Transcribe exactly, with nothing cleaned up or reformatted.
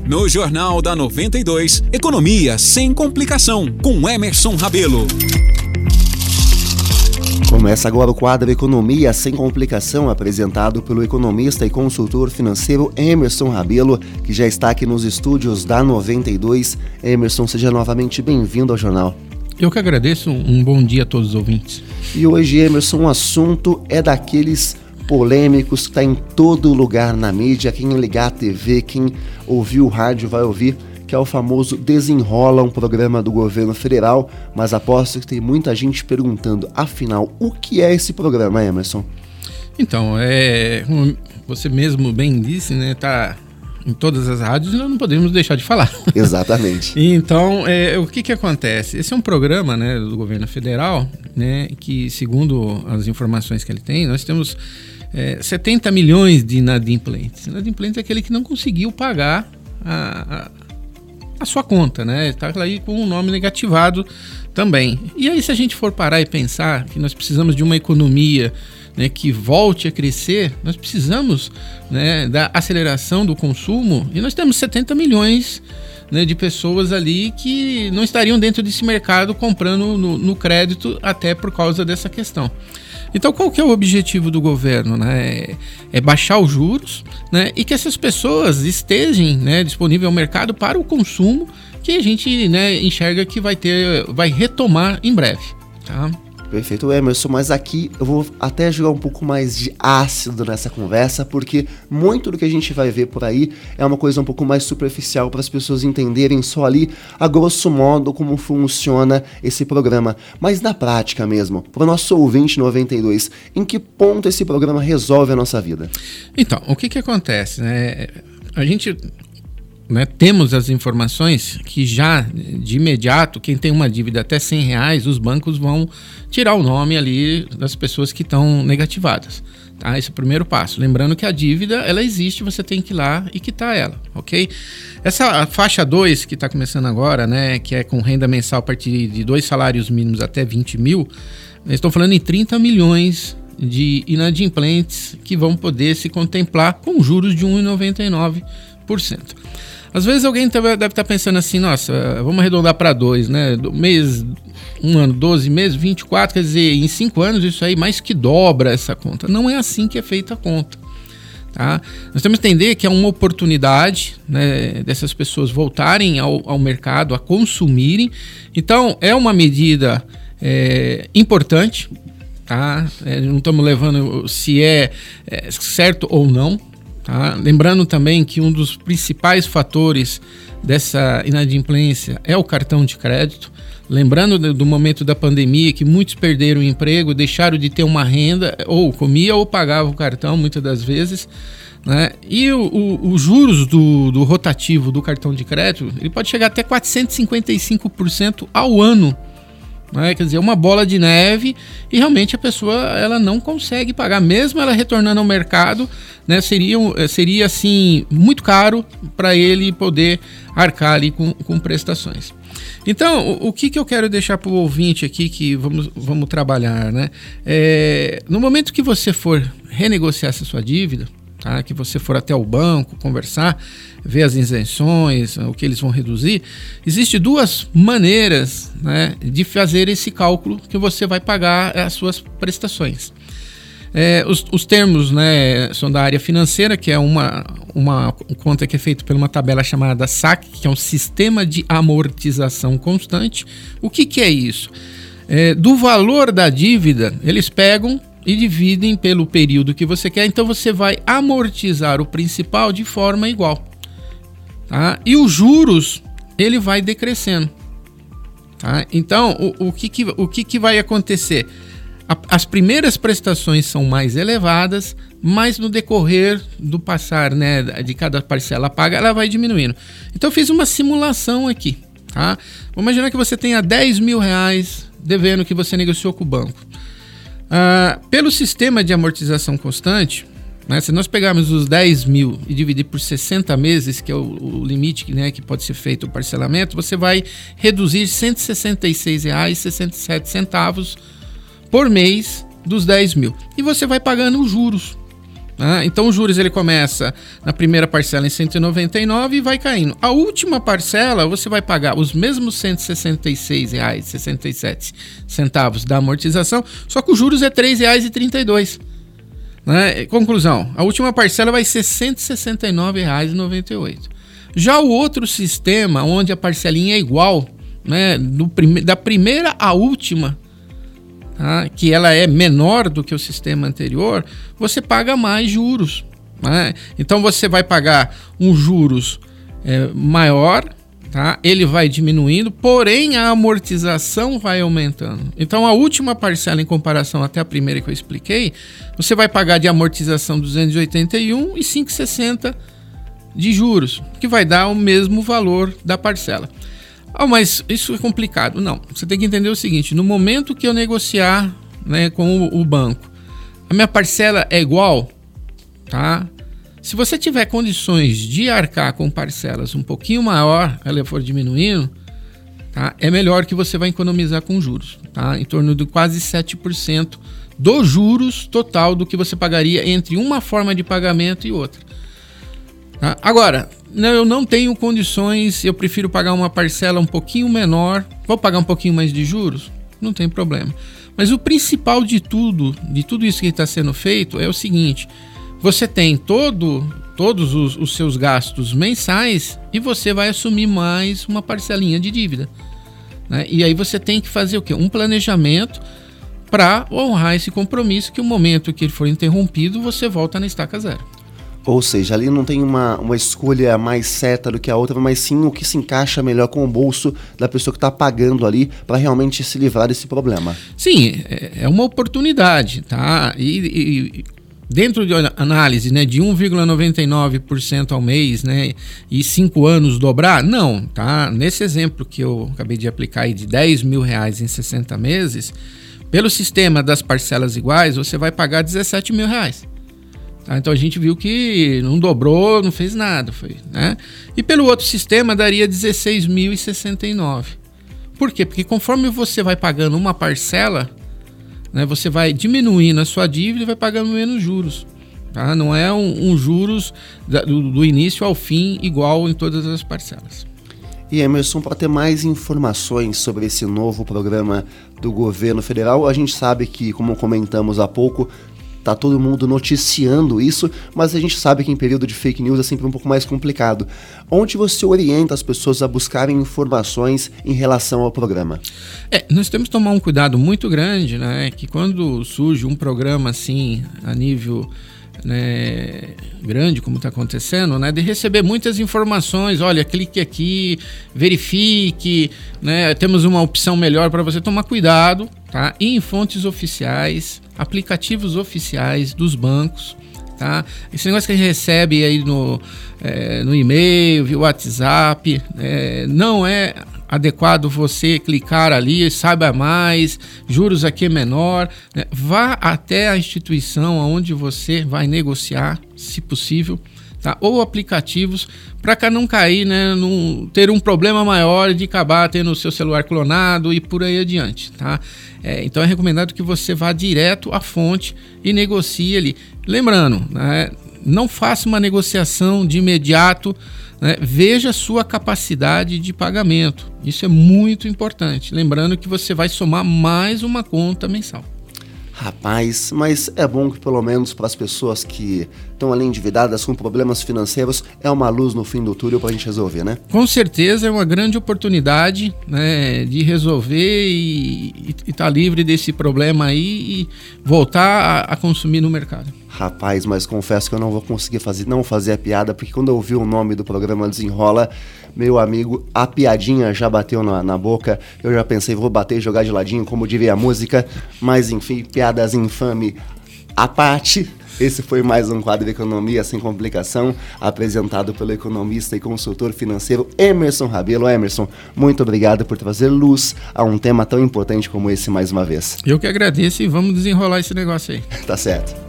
No Jornal da noventa e dois, Economia sem complicação, com Emerson Rabelo. Começa agora o quadro Economia sem complicação, apresentado pelo economista e consultor financeiro Emerson Rabelo, que já está aqui nos estúdios da noventa e dois. Emerson, seja novamente bem-vindo ao jornal. Eu que agradeço, um bom dia a todos os ouvintes. E hoje, Emerson, o assunto é daqueles polêmicos que está em todo lugar na mídia. Quem ligar a T V, quem ouvir o rádio vai ouvir, que é o famoso Desenrola, um programa do governo federal, mas aposto que tem muita gente perguntando, afinal, o que é esse programa, Emerson? Então, é, como você mesmo bem disse, né, tá em todas as rádios e nós não podemos deixar de falar. Exatamente. Então, é, o que que acontece? Esse é um programa, né, do governo federal, né, que, segundo as informações que ele tem, nós temos é, setenta milhões de inadimplentes. Inadimplente é aquele que não conseguiu pagar a... a a sua conta, né? Está aí com o nome negativado também. E aí, se a gente for parar e pensar que nós precisamos de uma economia, né, que volte a crescer, nós precisamos, né, da aceleração do consumo, e nós temos setenta milhões, né, de pessoas ali que não estariam dentro desse mercado comprando no, no crédito, até por causa dessa questão. Então, qual que é o objetivo do governo? Né? É, é baixar os juros, né, e que essas pessoas estejam, né, disponíveis ao mercado para o consumo, que a gente, né, enxerga que vai ter, vai retomar em breve. Tá? Perfeito, Emerson, mas aqui eu vou até jogar um pouco mais de ácido nessa conversa, porque muito do que a gente vai ver por aí é uma coisa um pouco mais superficial para as pessoas entenderem só ali, a grosso modo, como funciona esse programa. Mas na prática mesmo, para o nosso ouvinte noventa e dois, em que ponto esse programa resolve a nossa vida? Então, o que que acontece, né? A gente... Né, temos as informações que já de imediato, quem tem uma dívida até cem reais, os bancos vão tirar o nome ali das pessoas que estão negativadas. Tá? Esse é o primeiro passo. Lembrando que a dívida, ela existe, você tem que ir lá e quitar ela, ok? Essa faixa dois que está começando agora, né, que é com renda mensal a partir de dois salários mínimos até vinte mil, nós estamos falando em trinta milhões de inadimplentes que vão poder se contemplar com juros de um vírgula noventa e nove por cento. Às vezes alguém deve estar pensando assim, nossa, vamos arredondar para dois, né? Do mês, um ano, doze meses, vinte e quatro, quer dizer, em cinco anos isso aí mais que dobra essa conta. Não é assim que é feita a conta. Tá? Nós temos que entender que é uma oportunidade, né, dessas pessoas voltarem ao, ao mercado, a consumirem. Então, é uma medida é, importante, tá? É, não estamos levando se é, é certo ou não. Tá? Lembrando também que um dos principais fatores dessa inadimplência é o cartão de crédito. Lembrando do, do momento da pandemia, que muitos perderam o emprego, deixaram de ter uma renda, ou comia ou pagava o cartão, muitas das vezes. Né? E os juros do, do rotativo do cartão de crédito, ele pode chegar até quatrocentos e cinquenta e cinco por cento ao ano. Né? Quer dizer, uma bola de neve, e realmente a pessoa ela não consegue pagar, mesmo ela retornando ao mercado, né? seria, seria assim muito caro para ele poder arcar ali com, com prestações. Então, o, o que, que eu quero deixar para o ouvinte aqui, que vamos, vamos trabalhar, né? É, no momento que você for renegociar essa sua dívida, tá? Que você for até o banco conversar, ver as isenções, o que eles vão reduzir, existe duas maneiras, né, de fazer esse cálculo que você vai pagar as suas prestações. É, os, os termos, né, são da área financeira, que é uma, uma conta que é feita por uma tabela chamada S A C, que é um sistema de amortização constante. O que, que é isso? É, do valor da dívida, eles pegam e dividem pelo período que você quer, então você vai amortizar o principal de forma igual. Tá? E os juros, ele vai decrescendo. Tá? Então, o, o, que, que, o que, que vai acontecer? A, as primeiras prestações são mais elevadas, mas no decorrer do passar, né, de cada parcela paga, ela vai diminuindo. Então, eu fiz uma simulação aqui. Tá? Vamos imaginar que você tenha dez mil reais devendo que você negociou com o banco. Uh, pelo sistema de amortização constante, né, se nós pegarmos os dez mil e dividir por sessenta meses, que é o, o limite, né, que pode ser feito o parcelamento, você vai reduzir cento e sessenta e seis reais e sessenta e sete centavos por mês dos dez mil. E você vai pagando os juros. Ah, então, os juros ele começa na primeira parcela em cento e noventa e nove reais e vai caindo. A última parcela, você vai pagar os mesmos cento e sessenta e seis reais e sessenta e sete centavos da amortização, só que os juros é três reais e trinta e dois centavos. Né? Conclusão, a última parcela vai ser cento e sessenta e nove reais e noventa e oito centavos. Já o outro sistema, onde a parcelinha é igual, né, do prime- da primeira à última, tá, que ela é menor do que o sistema anterior, você paga mais juros. Né? Então você vai pagar um juros é, maior, tá? Ele vai diminuindo, porém a amortização vai aumentando. Então a última parcela em comparação até a primeira que eu expliquei, você vai pagar de amortização duzentos e oitenta e um reais e cinco reais e sessenta centavos de juros, que vai dar o mesmo valor da parcela. Ah, mas isso é complicado. Não, você tem que entender o seguinte, no momento que eu negociar, né, com o, o banco, a minha parcela é igual, tá? Se você tiver condições de arcar com parcelas um pouquinho maior, ela for diminuindo, tá? É melhor que você vai economizar com juros, tá? Em torno de quase sete por cento dos juros total do que você pagaria entre uma forma de pagamento e outra. Tá? Agora, eu não tenho condições, eu prefiro pagar uma parcela um pouquinho menor, vou pagar um pouquinho mais de juros? Não tem problema. Mas o principal de tudo, de tudo isso que está sendo feito é o seguinte, você tem todo, todos os, os seus gastos mensais e você vai assumir mais uma parcelinha de dívida. Né? E aí você tem que fazer o quê? Um planejamento para honrar esse compromisso que o momento que ele for interrompido, você volta na estaca zero. Ou seja, ali não tem uma, uma escolha mais certa do que a outra, mas sim o que se encaixa melhor com o bolso da pessoa que está pagando ali para realmente se livrar desse problema. Sim, é uma oportunidade, tá? E, e dentro de análise, né, de um vírgula noventa e nove por cento ao mês, né, e cinco anos dobrar, não, tá? Nesse exemplo que eu acabei de aplicar aí de dez mil reais em sessenta meses, pelo sistema das parcelas iguais, você vai pagar dezessete mil reais. Tá, então a gente viu que não dobrou, não fez nada. Foi, né? E pelo outro sistema daria dezesseis mil e sessenta e nove. Por quê? Porque conforme você vai pagando uma parcela, né, você vai diminuindo a sua dívida e vai pagando menos juros. Tá? Não é um, um juros da, do, do início ao fim igual em todas as parcelas. E Emerson, para ter mais informações sobre esse novo programa do governo federal, a gente sabe que, como comentamos há pouco, tá todo mundo noticiando isso, mas a gente sabe que em período de fake news é sempre um pouco mais complicado. Onde você orienta as pessoas a buscarem informações em relação ao programa? É, nós temos que tomar um cuidado muito grande, né? Que quando surge um programa assim, a nível, né, grande, como está acontecendo, né, de receber muitas informações, olha, clique aqui, verifique, né, temos uma opção melhor para você tomar cuidado, tá? E em fontes oficiais, aplicativos oficiais dos bancos, tá? Esse negócio que a gente recebe aí no, é, no e-mail, via WhatsApp, é, não é adequado você clicar ali, saiba mais, juros aqui é menor, né? Vá até a instituição onde você vai negociar, se possível, tá? Ou aplicativos, para não cair, né, num, ter um problema maior de acabar tendo o seu celular clonado e por aí adiante, tá? É, então é recomendado que você vá direto à fonte e negocie ali. Lembrando, né, não faça uma negociação de imediato, né, veja a sua capacidade de pagamento. Isso é muito importante. Lembrando que você vai somar mais uma conta mensal. Rapaz, mas é bom que pelo menos para as pessoas que estão ali endividadas com problemas financeiros, é uma luz no fim do túnel para a gente resolver, né? Com certeza é uma grande oportunidade, né, de resolver e estar tá livre desse problema aí e voltar a, a consumir no mercado. Rapaz, mas confesso que eu não vou conseguir fazer, não fazer a piada, porque quando eu ouvi o nome do programa Desenrola, meu amigo, a piadinha já bateu na, na boca, eu já pensei, vou bater e jogar de ladinho, como diria a música, mas enfim, piadas infame à parte. Esse foi mais um quadro de Economia Sem Complicação, apresentado pelo economista e consultor financeiro Emerson Rabelo. Emerson, muito obrigado por trazer luz a um tema tão importante como esse mais uma vez. Eu que agradeço e vamos desenrolar esse negócio aí. Tá certo.